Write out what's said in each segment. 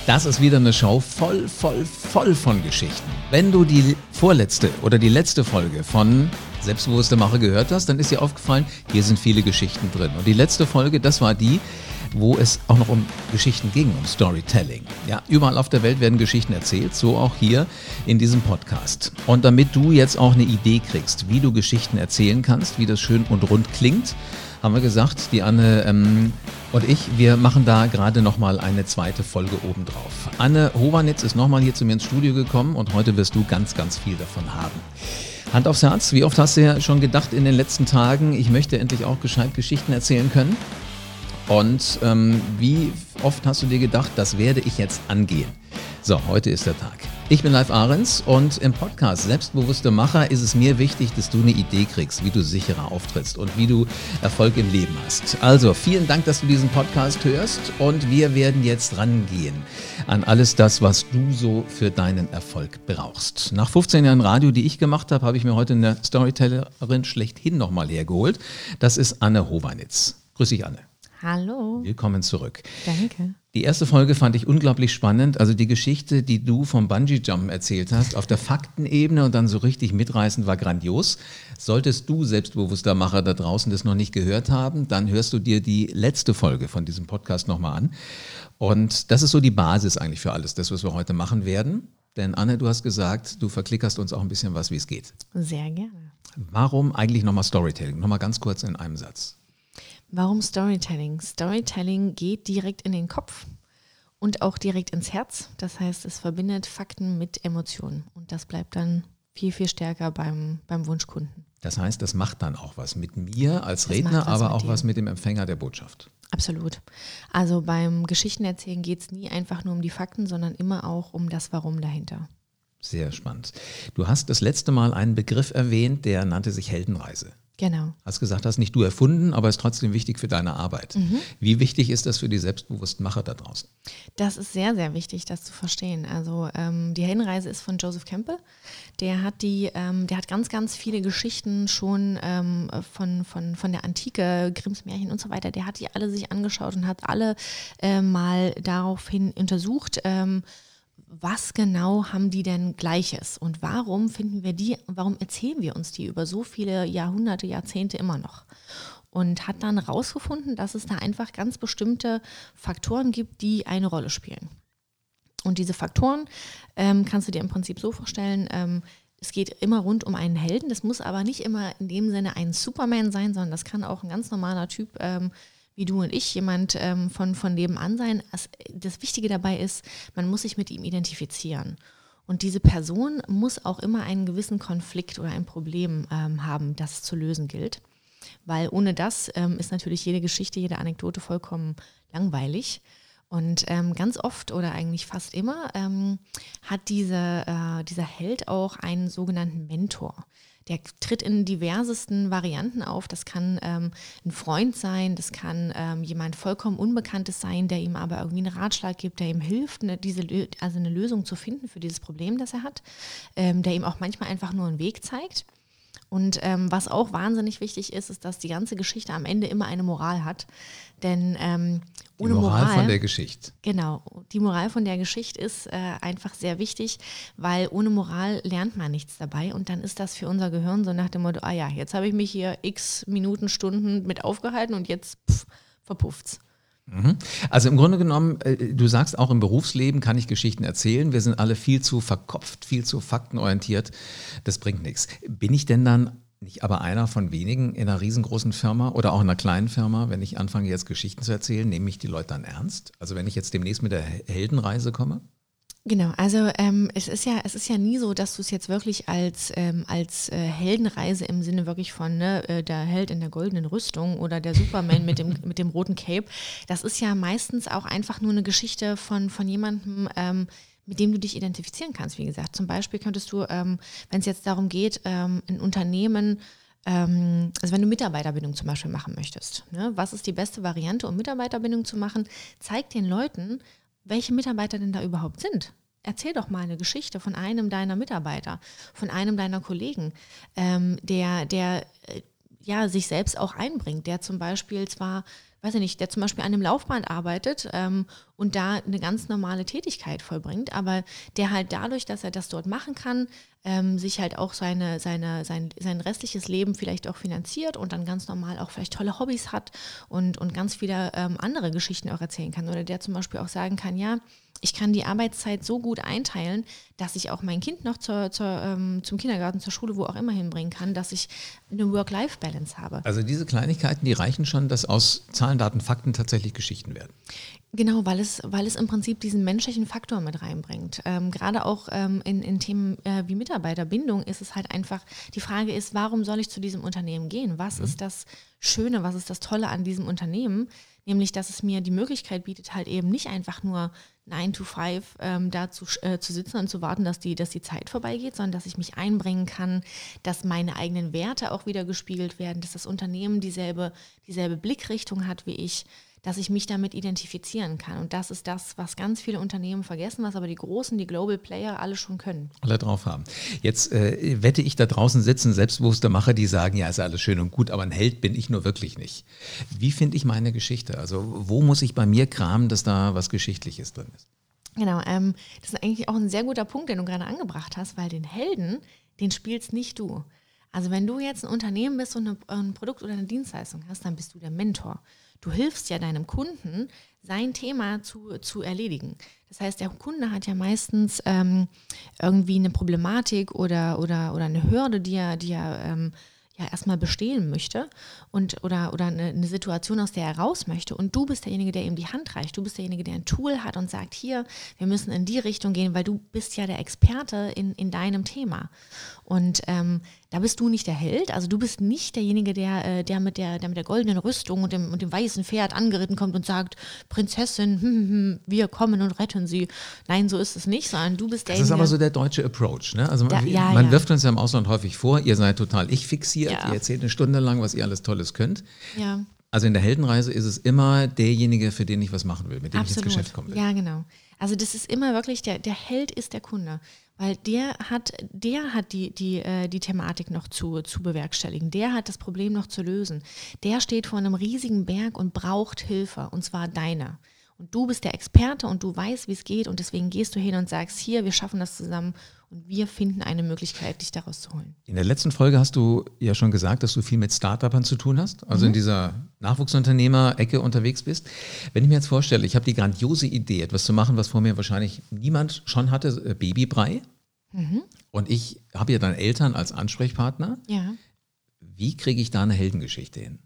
Das ist wieder eine Show voll von Geschichten. Wenn du die vorletzte oder die letzte Folge von Selbstbewusste Macher gehört hast, dann ist dir aufgefallen, hier sind viele Geschichten drin. Und die letzte Folge, das war die, wo es auch noch um Geschichten ging, um Storytelling. Ja, überall auf der Welt werden Geschichten erzählt, so auch hier in diesem Podcast. Und damit du jetzt auch eine Idee kriegst, wie du Geschichten erzählen kannst, wie das schön und rund klingt, haben wir gesagt, die Anne und ich, wir machen da gerade nochmal eine zweite Folge obendrauf. Anne Hovanitz ist nochmal hier zu mir ins Studio gekommen und heute wirst du ganz viel davon haben. Hand aufs Herz, wie oft hast du ja schon gedacht in den letzten Tagen, ich möchte endlich auch gescheit Geschichten erzählen können? Und wie oft hast du dir gedacht, das werde ich jetzt angehen? So, heute ist der Tag. Ich bin Leif Ahrens und im Podcast Selbstbewusste Macher ist es mir wichtig, dass du eine Idee kriegst, wie du sicherer auftrittst und wie du Erfolg im Leben hast. Also vielen Dank, dass du diesen Podcast hörst und wir werden jetzt rangehen an alles das, was du so für deinen Erfolg brauchst. Nach 15 Jahren Radio, die ich gemacht habe, habe ich mir heute eine Storytellerin schlechthin nochmal hergeholt. Das ist Anne Hovanitz. Grüß dich, Anne. Hallo. Willkommen zurück. Danke. Die erste Folge fand ich unglaublich spannend. Also die Geschichte, die du vom Bungee-Jumpen erzählt hast, auf der Faktenebene und dann so richtig mitreißend, war grandios. Solltest du, selbstbewusster Macher da draußen, das noch nicht gehört haben, dann hörst du dir die letzte Folge von diesem Podcast nochmal an. Und das ist so die Basis eigentlich für alles, das, was wir heute machen werden. Denn Anne, du hast gesagt, du verklickerst uns auch ein bisschen was, wie es geht. Sehr gerne. Warum eigentlich nochmal Storytelling? Nochmal ganz kurz in einem Satz. Warum Storytelling? Storytelling geht direkt in den Kopf und auch direkt ins Herz. Das heißt, es verbindet Fakten mit Emotionen und das bleibt dann viel stärker beim Wunschkunden. Das heißt, das macht dann auch was mit mir als Redner, aber auch was mit dem Empfänger der Botschaft. Absolut. Also beim Geschichtenerzählen geht es nie einfach nur um die Fakten, sondern immer auch um das Warum dahinter. Sehr spannend. Du hast das letzte Mal einen Begriff erwähnt, der nannte sich Heldenreise. Genau. Hast gesagt, hast nicht du erfunden, aber ist trotzdem wichtig für deine Arbeit. Wie wichtig ist das für die selbstbewussten Macher da draußen? Das ist sehr wichtig, das zu verstehen. Also die Heldenreise ist von Joseph Campbell. Der hat ganz viele Geschichten schon von der Antike, Grimms Märchen und so weiter. Der hat die alle sich angeschaut und hat alle mal daraufhin untersucht, was genau haben die denn Gleiches und warum erzählen wir uns die über so viele Jahrhunderte, Jahrzehnte immer noch? Und hat dann rausgefunden, dass es da einfach ganz bestimmte Faktoren gibt, die eine Rolle spielen. Und diese Faktoren kannst du dir im Prinzip so vorstellen, es geht immer rund um einen Helden, das muss aber nicht immer in dem Sinne ein Superman sein, sondern das kann auch ein ganz normaler Typ wie du und ich, jemand von nebenan sein. Das Wichtige dabei ist, man muss sich mit ihm identifizieren. Und diese Person muss auch immer einen gewissen Konflikt oder ein Problem haben, das zu lösen gilt. Weil ohne das ist natürlich jede Geschichte, jede Anekdote vollkommen langweilig. Und ganz oft oder eigentlich fast immer hat dieser Held auch einen sogenannten Mentor. Der tritt in diversesten Varianten auf. Das kann ein Freund sein, das kann jemand vollkommen Unbekanntes sein, der ihm aber irgendwie einen Ratschlag gibt, der ihm hilft, eine Lösung zu finden für dieses Problem, das er hat, der ihm auch manchmal einfach nur einen Weg zeigt. Und was auch wahnsinnig wichtig ist, dass die ganze Geschichte am Ende immer eine Moral hat. Denn ohne Moral von der Geschichte. Genau, die Moral von der Geschichte ist einfach sehr wichtig, weil ohne Moral lernt man nichts dabei. Und dann ist das für unser Gehirn so nach dem Motto, jetzt habe ich mich hier x Minuten, Stunden mit aufgehalten und jetzt verpufft's. Also im Grunde genommen, du sagst auch im Berufsleben kann ich Geschichten erzählen. Wir sind alle viel zu verkopft, viel zu faktenorientiert. Das bringt nichts. Bin ich denn dann nicht aber einer von wenigen in einer riesengroßen Firma oder auch in einer kleinen Firma, wenn ich anfange jetzt Geschichten zu erzählen, nehme ich die Leute dann ernst? Also wenn ich jetzt demnächst mit der Heldenreise komme? Genau, also es ist ja nie so, dass du es jetzt wirklich als Heldenreise im Sinne wirklich von der Held in der goldenen Rüstung oder der Superman mit dem roten Cape, das ist ja meistens auch einfach nur eine Geschichte von jemandem, mit dem du dich identifizieren kannst, wie gesagt. Zum Beispiel könntest du, wenn es jetzt darum geht, ein Unternehmen, also wenn du Mitarbeiterbindung zum Beispiel machen möchtest, ne, was ist die beste Variante, um Mitarbeiterbindung zu machen? Zeig den Leuten, welche Mitarbeiter denn da überhaupt sind. Erzähl doch mal eine Geschichte von einem deiner Mitarbeiter, von einem deiner Kollegen, der sich selbst auch einbringt, der zum Beispiel zwar weiß ich nicht, der zum Beispiel an einem Laufband arbeitet und da eine ganz normale Tätigkeit vollbringt, aber der halt dadurch, dass er das dort machen kann, sich halt auch sein restliches Leben vielleicht auch finanziert und dann ganz normal auch vielleicht tolle Hobbys hat und ganz viele andere Geschichten auch erzählen kann. Oder der zum Beispiel auch sagen kann, ja, ich kann die Arbeitszeit so gut einteilen, dass ich auch mein Kind noch zum Kindergarten, zur Schule, wo auch immer hinbringen kann, dass ich eine Work-Life-Balance habe. Also diese Kleinigkeiten, die reichen schon, dass aus Zahlen, Daten, Fakten tatsächlich Geschichten werden. Genau, weil es im Prinzip diesen menschlichen Faktor mit reinbringt. Gerade auch in Themen wie Mitarbeiterbindung ist es halt einfach, die Frage ist, warum soll ich zu diesem Unternehmen gehen? Was ist das Schöne, was ist das Tolle an diesem Unternehmen? Nämlich, dass es mir die Möglichkeit bietet, halt eben nicht einfach nur 9 to 5 da zu sitzen und zu warten, dass die Zeit vorbeigeht, sondern dass ich mich einbringen kann, dass meine eigenen Werte auch wieder gespiegelt werden, dass das Unternehmen dieselbe Blickrichtung hat wie ich, dass ich mich damit identifizieren kann. Und das ist das, was ganz viele Unternehmen vergessen, was aber die großen, die Global Player alle schon können. Alle drauf haben. Jetzt wette ich, da draußen sitzen selbstbewusste Macher, die sagen, ja, ist alles schön und gut, aber ein Held bin ich nur wirklich nicht. Wie finde ich meine Geschichte? Also wo muss ich bei mir kramen, dass da was Geschichtliches drin ist? Genau, das ist eigentlich auch ein sehr guter Punkt, den du gerade angebracht hast, weil den Helden, den spielst nicht du. Also wenn du jetzt ein Unternehmen bist und ein Produkt oder eine Dienstleistung hast, dann bist du der Mentor. Du hilfst ja deinem Kunden, sein Thema zu erledigen. Das heißt, der Kunde hat ja meistens irgendwie eine Problematik oder eine Hürde, die er erstmal bestehen möchte oder eine Situation, aus der er raus möchte. Und du bist derjenige, der ihm die Hand reicht. Du bist derjenige, der ein Tool hat und sagt, hier, wir müssen in die Richtung gehen, weil du bist ja der Experte in deinem Thema. Und da bist du nicht der Held, also du bist nicht derjenige, der mit der goldenen Rüstung und dem weißen Pferd angeritten kommt und sagt, Prinzessin, wir kommen und retten sie. Nein, so ist es nicht, sondern du bist derjenige. Das ist aber so der deutsche Approach, ne? Also man wirft uns ja im Ausland häufig vor, ihr seid total ich-fixiert, ihr erzählt eine Stunde lang, was ihr alles Tolles könnt. Ja. Also in der Heldenreise ist es immer derjenige, für den ich was machen will, mit dem ich ins Geschäft kommen will. Ja, genau. Also das ist immer wirklich, der Held ist der Kunde. Weil der hat die Thematik noch zu bewerkstelligen. Der hat das Problem noch zu lösen. Der steht vor einem riesigen Berg und braucht Hilfe, und zwar deine. Und du bist der Experte und du weißt, wie es geht, und deswegen gehst du hin und sagst, hier, wir schaffen das zusammen und wir finden eine Möglichkeit, dich daraus zu holen. In der letzten Folge hast du ja schon gesagt, dass du viel mit Start-upern zu tun hast, also in dieser Nachwuchsunternehmer-Ecke unterwegs bist. Wenn ich mir jetzt vorstelle, ich habe die grandiose Idee, etwas zu machen, was vor mir wahrscheinlich niemand schon hatte, Babybrei. Und ich habe ja dann Eltern als Ansprechpartner. Ja. Wie kriege ich da eine Heldengeschichte hin?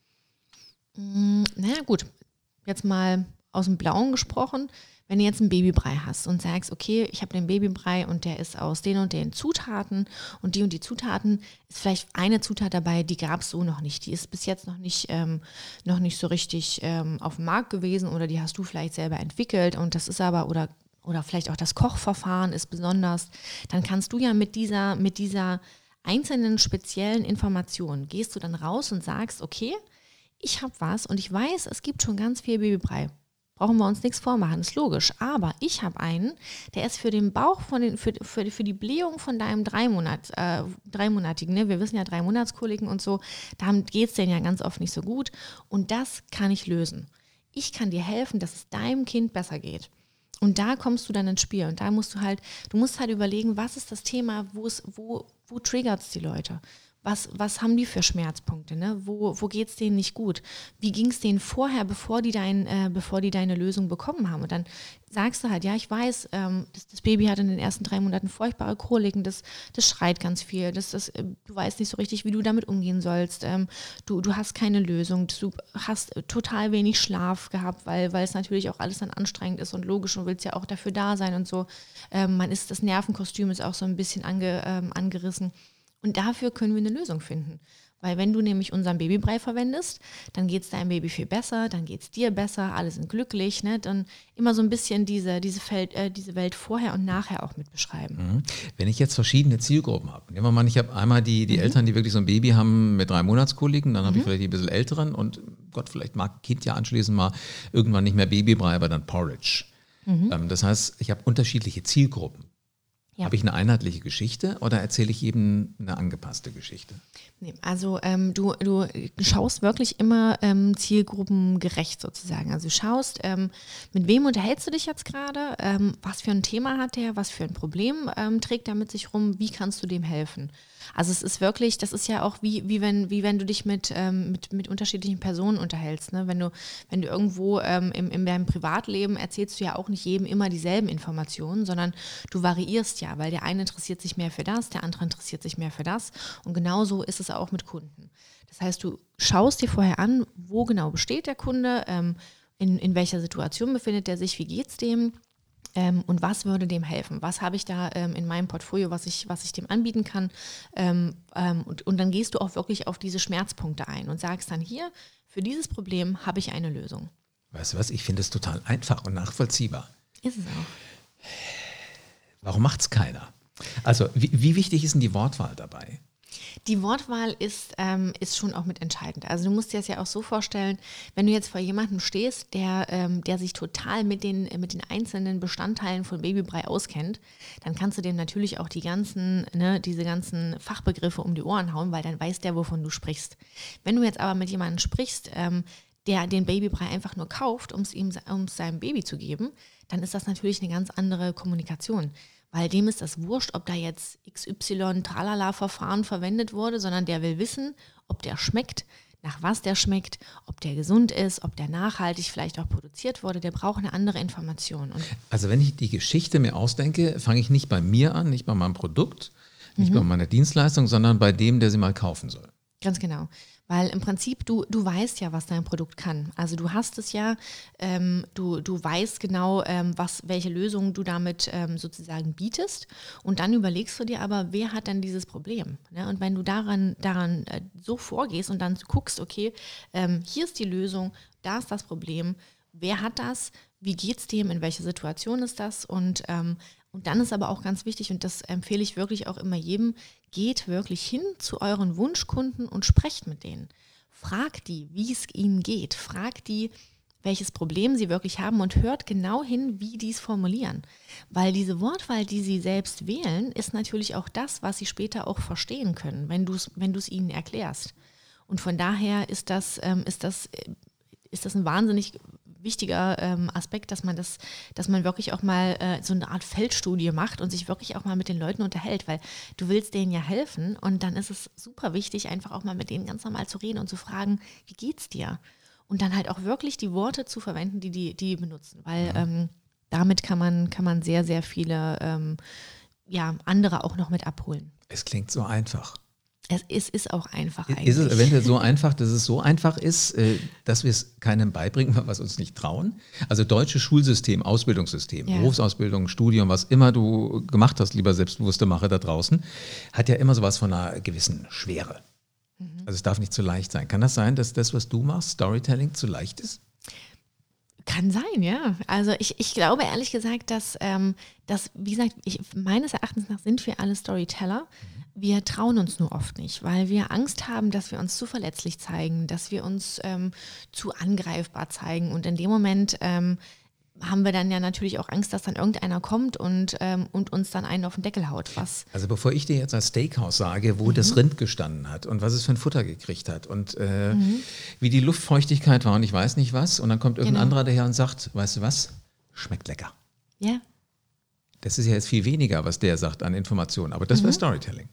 Naja, gut. Jetzt mal aus dem Blauen gesprochen. Wenn du jetzt einen Babybrei hast und sagst, okay, ich habe den Babybrei und der ist aus den und den Zutaten und die Zutaten, ist vielleicht eine Zutat dabei, die gab es so noch nicht. Die ist bis jetzt noch nicht so richtig auf dem Markt gewesen, oder die hast du vielleicht selber entwickelt, und das ist aber, oder vielleicht auch das Kochverfahren ist besonders. Dann kannst du ja mit dieser einzelnen speziellen Information, gehst du dann raus und sagst, okay, ich habe was und ich weiß, es gibt schon ganz viel Babybrei. Brauchen wir uns nichts vormachen, ist logisch. Aber ich habe einen, der ist für den Bauch, für die Blähung von deinem Dreimonatigen, ne? Wir wissen ja 3 Monatskoliken und so, da geht es denen ja ganz oft nicht so gut. Und das kann ich lösen. Ich kann dir helfen, dass es deinem Kind besser geht. Und da kommst du dann ins Spiel. Und da musst du musst halt überlegen, was ist das Thema, wo triggert es die Leute? Was haben die für Schmerzpunkte? Ne? Wo geht es denen nicht gut? Wie ging es denen vorher, bevor die deine Lösung bekommen haben? Und dann sagst du halt, ja, ich weiß, das Baby hat in den ersten 3 Monaten furchtbare Koliken, das schreit ganz viel, du weißt nicht so richtig, wie du damit umgehen sollst, du hast keine Lösung, du hast total wenig Schlaf gehabt, weil es natürlich auch alles dann anstrengend ist und logisch, und willst ja auch dafür da sein und so. Das Nervenkostüm ist auch so ein bisschen angerissen. Und dafür können wir eine Lösung finden. Weil wenn du nämlich unseren Babybrei verwendest, dann geht es deinem Baby viel besser, dann geht es dir besser, alle sind glücklich. Ne? Dann immer so ein bisschen diese Welt vorher und nachher auch mit beschreiben. Wenn ich jetzt verschiedene Zielgruppen habe, nehmen wir mal, ich habe einmal die Eltern, die wirklich so ein Baby haben mit 3 Monatskoliken, dann habe ich vielleicht die ein bisschen älteren, und Gott, vielleicht mag ein Kind ja anschließend mal irgendwann nicht mehr Babybrei, aber dann Porridge. Das heißt, ich habe unterschiedliche Zielgruppen. Ja. Habe ich eine einheitliche Geschichte oder erzähle ich jedem eine angepasste Geschichte? Nee, also du schaust wirklich immer zielgruppengerecht sozusagen. Also du schaust, mit wem unterhältst du dich jetzt gerade, was für ein Thema hat der, was für ein Problem trägt er mit sich rum, wie kannst du dem helfen? Also es ist wirklich, das ist ja auch wie wenn du dich mit unterschiedlichen Personen unterhältst. Ne? Wenn du irgendwo in deinem Privatleben erzählst du ja auch nicht jedem immer dieselben Informationen, sondern du variierst ja, weil der eine interessiert sich mehr für das, der andere interessiert sich mehr für das. Und genauso ist es auch mit Kunden. Das heißt, du schaust dir vorher an, wo genau besteht der Kunde, in welcher Situation befindet er sich, wie geht es dem und was würde dem helfen? Was habe ich da in meinem Portfolio, was ich dem anbieten kann? Und dann gehst du auch wirklich auf diese Schmerzpunkte ein und sagst dann hier, für dieses Problem habe ich eine Lösung. Weißt du was, ich finde es total einfach und nachvollziehbar. Ist es auch. Warum macht es keiner? Also wie wichtig ist denn die Wortwahl dabei? Die Wortwahl ist schon auch mitentscheidend. Also du musst dir das ja auch so vorstellen, wenn du jetzt vor jemandem stehst, der sich total mit den einzelnen Bestandteilen von Babybrei auskennt, dann kannst du dem natürlich auch diese ganzen Fachbegriffe um die Ohren hauen, weil dann weiß der, wovon du sprichst. Wenn du jetzt aber mit jemandem sprichst, der den Babybrei einfach nur kauft, um seinem Baby zu geben, dann ist das natürlich eine ganz andere Kommunikation. Weil dem ist das wurscht, ob da jetzt XY-Tralala-Verfahren verwendet wurde, sondern der will wissen, ob der schmeckt, nach was der schmeckt, ob der gesund ist, ob der nachhaltig vielleicht auch produziert wurde. Der braucht eine andere Information. Also wenn ich die Geschichte mir ausdenke, fange ich nicht bei mir an, nicht bei meinem Produkt, nicht bei meiner Dienstleistung, sondern bei dem, der sie mal kaufen soll. Ganz genau. Weil im Prinzip, du weißt ja, was dein Produkt kann. Also du hast es ja, du weißt genau, welche Lösung du damit sozusagen bietest. Und dann überlegst du dir aber, wer hat denn dieses Problem? Ne? Und wenn du daran so vorgehst und dann guckst, okay, hier ist die Lösung, da ist das Problem, wer hat das, wie geht's dem, in welcher Situation ist das? Und dann ist aber auch ganz wichtig, und das empfehle ich wirklich auch immer jedem, geht wirklich hin zu euren Wunschkunden und sprecht mit denen. Fragt die, wie es ihnen geht. Fragt die, welches Problem sie wirklich haben und hört genau hin, wie die es formulieren. Weil diese Wortwahl, die sie selbst wählen, ist natürlich auch das, was sie später auch verstehen können, wenn du es ihnen erklärst. Und von daher ist das ein wahnsinnig wichtiger Aspekt, dass man wirklich auch mal so eine Art Feldstudie macht und sich wirklich auch mal mit den Leuten unterhält, weil du willst denen ja helfen und dann ist es super wichtig, einfach auch mal mit denen ganz normal zu reden und zu fragen, wie geht's dir? Und dann halt auch wirklich die Worte zu verwenden, die benutzen, weil damit kann man sehr, sehr viele andere auch noch mit abholen. Es klingt so einfach. Es ist auch einfach eigentlich. Ist es eventuell so einfach, dass es so einfach ist, dass wir es keinem beibringen, weil wir es uns nicht trauen? Also deutsches Schulsystem, Ausbildungssystem, Berufsausbildung, Studium, was immer du gemacht hast, lieber selbstbewusste Macher da draußen, hat ja immer sowas von einer gewissen Schwere. Also es darf nicht zu leicht sein. Kann das sein, dass das, was du machst, Storytelling, zu leicht ist? Kann sein, ja. Also ich glaube ehrlich gesagt, dass wie gesagt, meines Erachtens nach sind wir alle Storyteller. Wir trauen uns nur oft nicht, weil wir Angst haben, dass wir uns zu verletzlich zeigen, dass wir uns zu angreifbar zeigen. Und in dem Moment haben wir dann ja natürlich auch Angst, dass dann irgendeiner kommt und uns dann einen auf den Deckel haut. Also bevor ich dir jetzt als Steakhouse sage, wo das Rind gestanden hat und was es für ein Futter gekriegt hat und wie die Luftfeuchtigkeit war und ich weiß nicht was, und dann kommt irgendein anderer daher und sagt, weißt du was, schmeckt lecker. Ja. Das ist ja jetzt viel weniger, was der sagt an Informationen, aber das wäre Storytelling.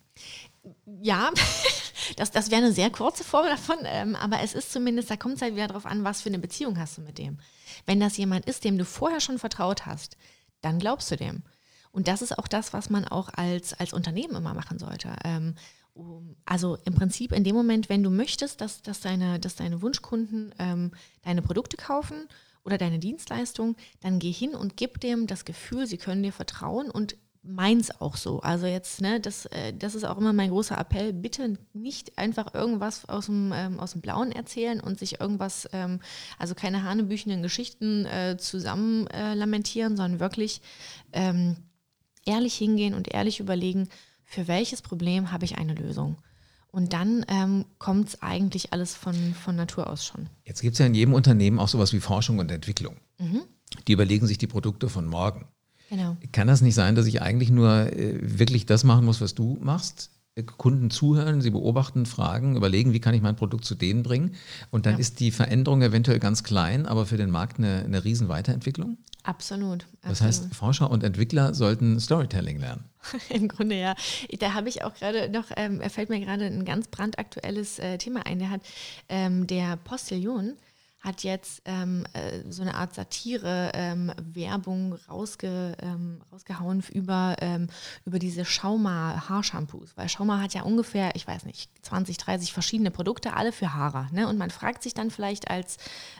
Ja, das wäre eine sehr kurze Form davon, aber es ist zumindest, da kommt es halt wieder darauf an, was für eine Beziehung hast du mit dem. Wenn das jemand ist, dem du vorher schon vertraut hast, dann glaubst du dem. Und das ist auch das, was man auch als Unternehmen immer machen sollte. Also im Prinzip in dem Moment, wenn du möchtest, dass deine Wunschkunden deine Produkte kaufen oder deine Dienstleistung, dann geh hin und gib dem das Gefühl, sie können dir vertrauen und meins auch so. Also jetzt, das ist auch immer mein großer Appell, bitte nicht einfach irgendwas aus dem Blauen erzählen und sich irgendwas, also keine hanebüchenden Geschichten zusammen lamentieren, sondern wirklich ehrlich hingehen und ehrlich überlegen, für welches Problem habe ich eine Lösung. Und dann kommt es eigentlich alles von Natur aus schon. Jetzt gibt es ja in jedem Unternehmen auch sowas wie Forschung und Entwicklung. Die überlegen sich die Produkte von morgen. Genau. Kann das nicht sein, dass ich eigentlich nur wirklich das machen muss, was du machst? Kunden zuhören, sie beobachten, fragen, überlegen, wie kann ich mein Produkt zu denen bringen? Und dann ist die Veränderung eventuell ganz klein, aber für den Markt eine riesen Weiterentwicklung? Absolut. Das heißt, Forscher und Entwickler sollten Storytelling lernen. Im Grunde ja. Da habe ich auch gerade noch, fällt mir gerade ein ganz brandaktuelles Thema ein. Der Postillon hat jetzt so eine Art Satire-Werbung rausgehauen über diese Schauma-Haarshampoos. Weil Schauma hat ja ungefähr, ich weiß nicht, 20, 30 verschiedene Produkte, alle für Haare. Ne? Und man fragt sich dann vielleicht als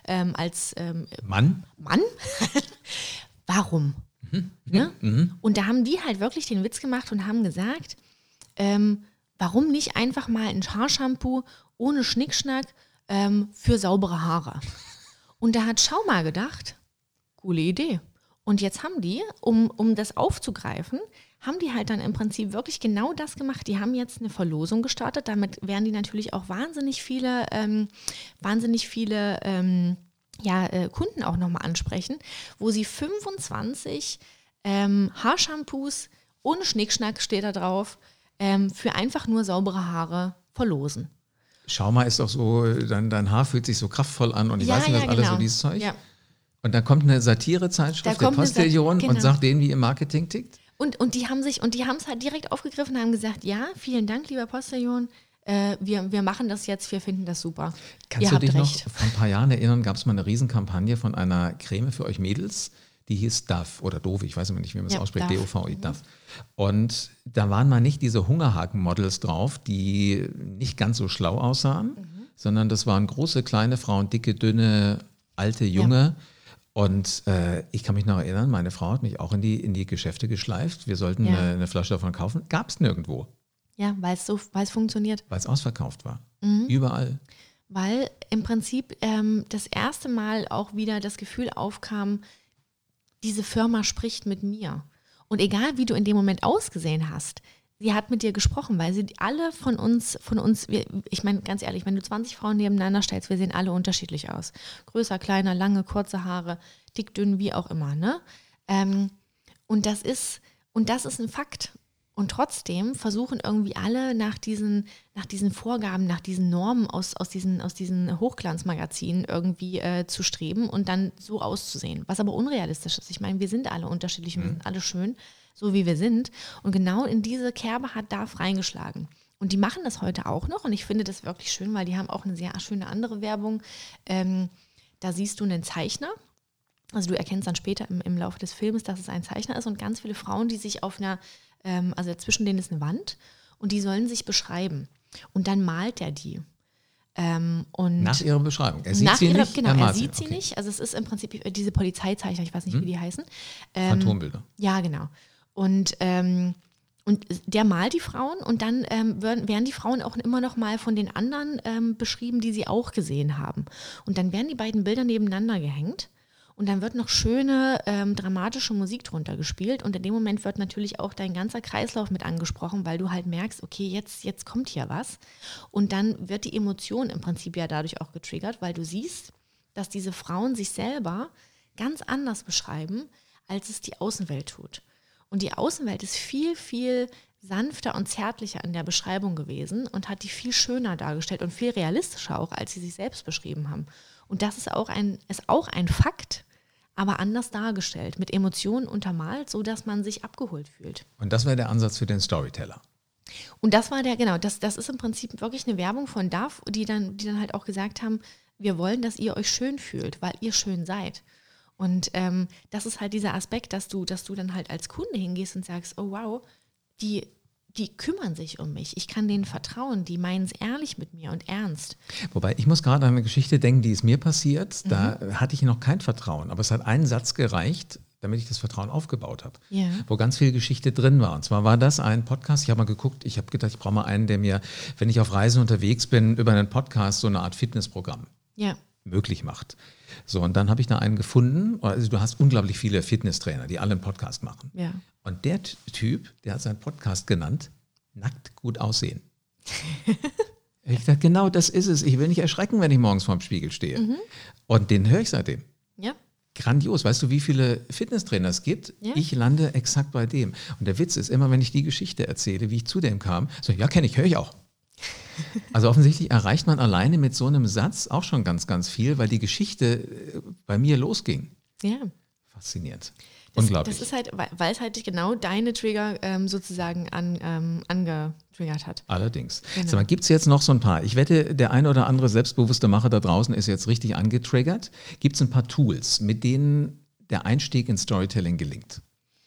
Mann? Warum? Ne? Und da haben die halt wirklich den Witz gemacht und haben gesagt, warum nicht einfach mal ein Haarshampoo ohne Schnickschnack für saubere Haare. Und da hat Schauma gedacht, coole Idee. Und jetzt haben die, um das aufzugreifen, haben die halt dann im Prinzip wirklich genau das gemacht. Die haben jetzt eine Verlosung gestartet. Damit werden die natürlich auch wahnsinnig viele Kunden auch nochmal ansprechen, wo sie 25 Haarshampoos ohne Schnickschnack, steht da drauf, für einfach nur saubere Haare verlosen. Schau mal, ist doch so, dein Haar fühlt sich so kraftvoll an und ich weiß nicht, was alles so dieses Zeug. Ja. Und dann kommt eine Satirezeitschrift, der Postillon, und sagt denen, wie ihr Marketing tickt? Und die haben es halt direkt aufgegriffen und haben gesagt, ja, vielen Dank, lieber Postillon, wir machen das jetzt, wir finden das super. Kannst du dich noch vor ein paar Jahren erinnern, gab es mal eine Riesenkampagne von einer Creme für euch Mädels, die hieß Dove oder Dove, ich weiß immer nicht, wie man das ausspricht, D-O-V-I, Dove. Und da waren mal nicht diese Hungerhaken-Models drauf, die nicht ganz so schlau aussahen, sondern das waren große, kleine Frauen, dicke, dünne, alte, junge. Ja. Und ich kann mich noch erinnern, meine Frau hat mich auch in die Geschäfte geschleift. Wir sollten eine Flasche davon kaufen. Gab es nirgendwo. Ja, weil es funktioniert. Weil es ausverkauft war. Überall. Weil im Prinzip das erste Mal auch wieder das Gefühl aufkam, diese Firma spricht mit mir. Und egal, wie du in dem Moment ausgesehen hast, sie hat mit dir gesprochen, weil sie alle von uns, ich meine, ganz ehrlich, wenn du 20 Frauen nebeneinander stellst, wir sehen alle unterschiedlich aus. Größer, kleiner, lange, kurze Haare, dick, dünn, wie auch immer. Ne? Und das ist ein Fakt. Und trotzdem versuchen irgendwie alle nach diesen Vorgaben, nach diesen Normen aus diesen Hochglanzmagazinen irgendwie zu streben und dann so auszusehen, was aber unrealistisch ist. Ich meine, wir sind alle unterschiedlich und wir sind alle schön, so wie wir sind. Und genau in diese Kerbe hat Dove reingeschlagen. Und die machen das heute auch noch und ich finde das wirklich schön, weil die haben auch eine sehr schöne andere Werbung. Da siehst du einen Zeichner. Also du erkennst dann später im Laufe des Filmes, dass es ein Zeichner ist und ganz viele Frauen, die sich auf einer also zwischen denen ist eine Wand und die sollen sich beschreiben. Und dann malt er die. Und nach ihrer Beschreibung. Er sieht sie nicht? Genau, er sieht sie nicht. Also es ist im Prinzip diese Polizeizeichner, ich weiß nicht, wie die heißen. Phantombilder. Ja, genau. Und der malt die Frauen und dann werden die Frauen auch immer noch mal von den anderen beschrieben, die sie auch gesehen haben. Und dann werden die beiden Bilder nebeneinander gehängt. Und dann wird noch schöne, dramatische Musik drunter gespielt und in dem Moment wird natürlich auch dein ganzer Kreislauf mit angesprochen, weil du halt merkst, okay, jetzt kommt hier was. Und dann wird die Emotion im Prinzip ja dadurch auch getriggert, weil du siehst, dass diese Frauen sich selber ganz anders beschreiben, als es die Außenwelt tut. Und die Außenwelt ist viel, viel sanfter und zärtlicher in der Beschreibung gewesen und hat die viel schöner dargestellt und viel realistischer auch, als sie sich selbst beschrieben haben. Und das ist auch ein Fakt, aber anders dargestellt, mit Emotionen untermalt, sodass man sich abgeholt fühlt. Und das wäre der Ansatz für den Storyteller. Und das war das ist im Prinzip wirklich eine Werbung von Dove, die dann halt auch gesagt haben, wir wollen, dass ihr euch schön fühlt, weil ihr schön seid. Und das ist halt dieser Aspekt, dass du dann halt als Kunde hingehst und sagst, oh wow, die kümmern sich um mich. Ich kann denen vertrauen. Die meinen es ehrlich mit mir und ernst. Wobei, ich muss gerade an eine Geschichte denken, die ist mir passiert. Da hatte ich noch kein Vertrauen. Aber es hat einen Satz gereicht, damit ich das Vertrauen aufgebaut habe. Ja. Wo ganz viel Geschichte drin war. Und zwar war das ein Podcast. Ich habe mal geguckt, ich habe gedacht, ich brauche mal einen, der mir, wenn ich auf Reisen unterwegs bin, über einen Podcast so eine Art Fitnessprogramm möglich macht. So, und dann habe ich da einen gefunden. Also du hast unglaublich viele Fitnesstrainer, die alle einen Podcast machen. Ja. Und der Typ, der hat seinen Podcast genannt, nackt gut aussehen. Ich dachte, genau das ist es. Ich will nicht erschrecken, wenn ich morgens vorm Spiegel stehe. Und den höre ich seitdem. Ja. Grandios. Weißt du, wie viele Fitnesstrainer es gibt? Ja. Ich lande exakt bei dem. Und der Witz ist immer, wenn ich die Geschichte erzähle, wie ich zu dem kam, so, ja, kenne ich, höre ich auch. Also offensichtlich erreicht man alleine mit so einem Satz auch schon ganz, ganz viel, weil die Geschichte bei mir losging. Ja. Faszinierend. Das, Unglaublich. das ist halt, weil es halt genau deine Trigger sozusagen angetriggert hat. Allerdings. Genau. Sag mal, gibt es jetzt noch so ein paar? Ich wette, der ein oder andere selbstbewusste Macher da draußen ist jetzt richtig angetriggert. Gibt es ein paar Tools, mit denen der Einstieg in Storytelling gelingt?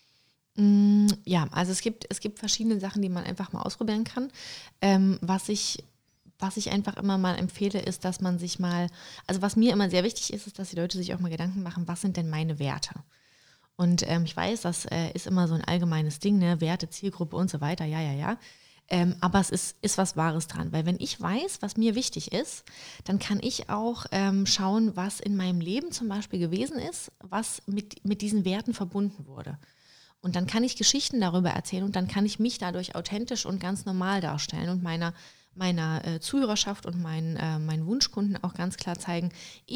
Ja, also es gibt verschiedene Sachen, die man einfach mal ausprobieren kann. Was ich einfach immer mal empfehle, ist, dass man sich mal, also was mir immer sehr wichtig ist, ist, dass die Leute sich auch mal Gedanken machen, was sind denn meine Werte? Und ich weiß, das ist immer so ein allgemeines Ding, ne? Werte, Zielgruppe und so weiter, ja. Aber es ist was Wahres dran, weil wenn ich weiß, was mir wichtig ist, dann kann ich auch schauen, was in meinem Leben zum Beispiel gewesen ist, was mit diesen Werten verbunden wurde. Und dann kann ich Geschichten darüber erzählen und dann kann ich mich dadurch authentisch und ganz normal darstellen und meiner Zuhörerschaft und meinen Wunschkunden auch ganz klar zeigen,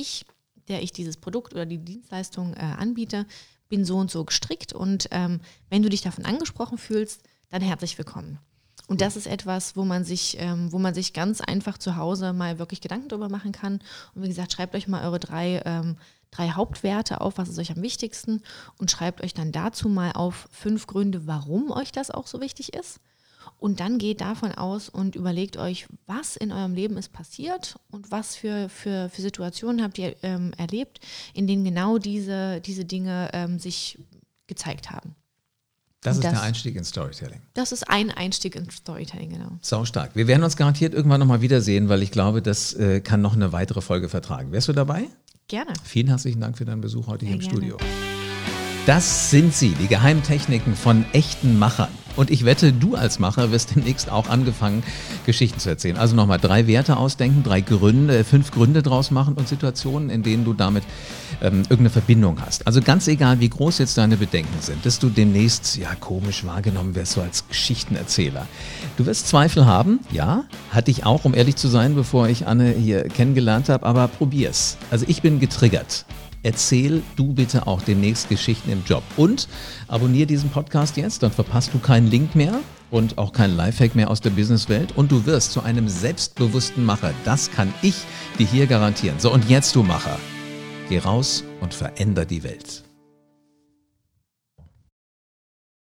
der ich dieses Produkt oder die Dienstleistung anbiete, bin so und so gestrickt und wenn du dich davon angesprochen fühlst, dann herzlich willkommen. Und das ist etwas, wo man sich ganz einfach zu Hause mal wirklich Gedanken drüber machen kann. Und wie gesagt, schreibt euch mal eure drei Hauptwerte auf, was ist euch am wichtigsten und schreibt euch dann dazu mal auf 5 Gründe, warum euch das auch so wichtig ist. Und dann geht davon aus und überlegt euch, was in eurem Leben ist passiert und was für Situationen habt ihr erlebt, in denen genau diese Dinge sich gezeigt haben. Das ist der Einstieg in Storytelling. Das ist ein Einstieg in Storytelling, genau. Sau stark. Wir werden uns garantiert irgendwann nochmal wiedersehen, weil ich glaube, das kann noch eine weitere Folge vertragen. Wärst du dabei? Gerne. Vielen herzlichen Dank für deinen Besuch heute hier im Gerne. Studio. Das sind sie, die Geheimtechniken von echten Machern. Und ich wette, du als Macher wirst demnächst auch angefangen, Geschichten zu erzählen. Also nochmal 3 Werte ausdenken, 5 Gründe draus machen und Situationen, in denen du damit irgendeine Verbindung hast. Also ganz egal, wie groß jetzt deine Bedenken sind, dass du demnächst komisch wahrgenommen wirst, so als Geschichtenerzähler. Du wirst Zweifel haben, ja, hatte ich auch, um ehrlich zu sein, bevor ich Anne hier kennengelernt habe, aber probier's. Also ich bin getriggert. Erzähl du bitte auch demnächst Geschichten im Job. Und abonniere diesen Podcast jetzt, dann verpasst du keinen Link mehr und auch keinen Lifehack mehr aus der Businesswelt. Und du wirst zu einem selbstbewussten Macher. Das kann ich dir hier garantieren. So, und jetzt du Macher. Geh raus und veränder die Welt.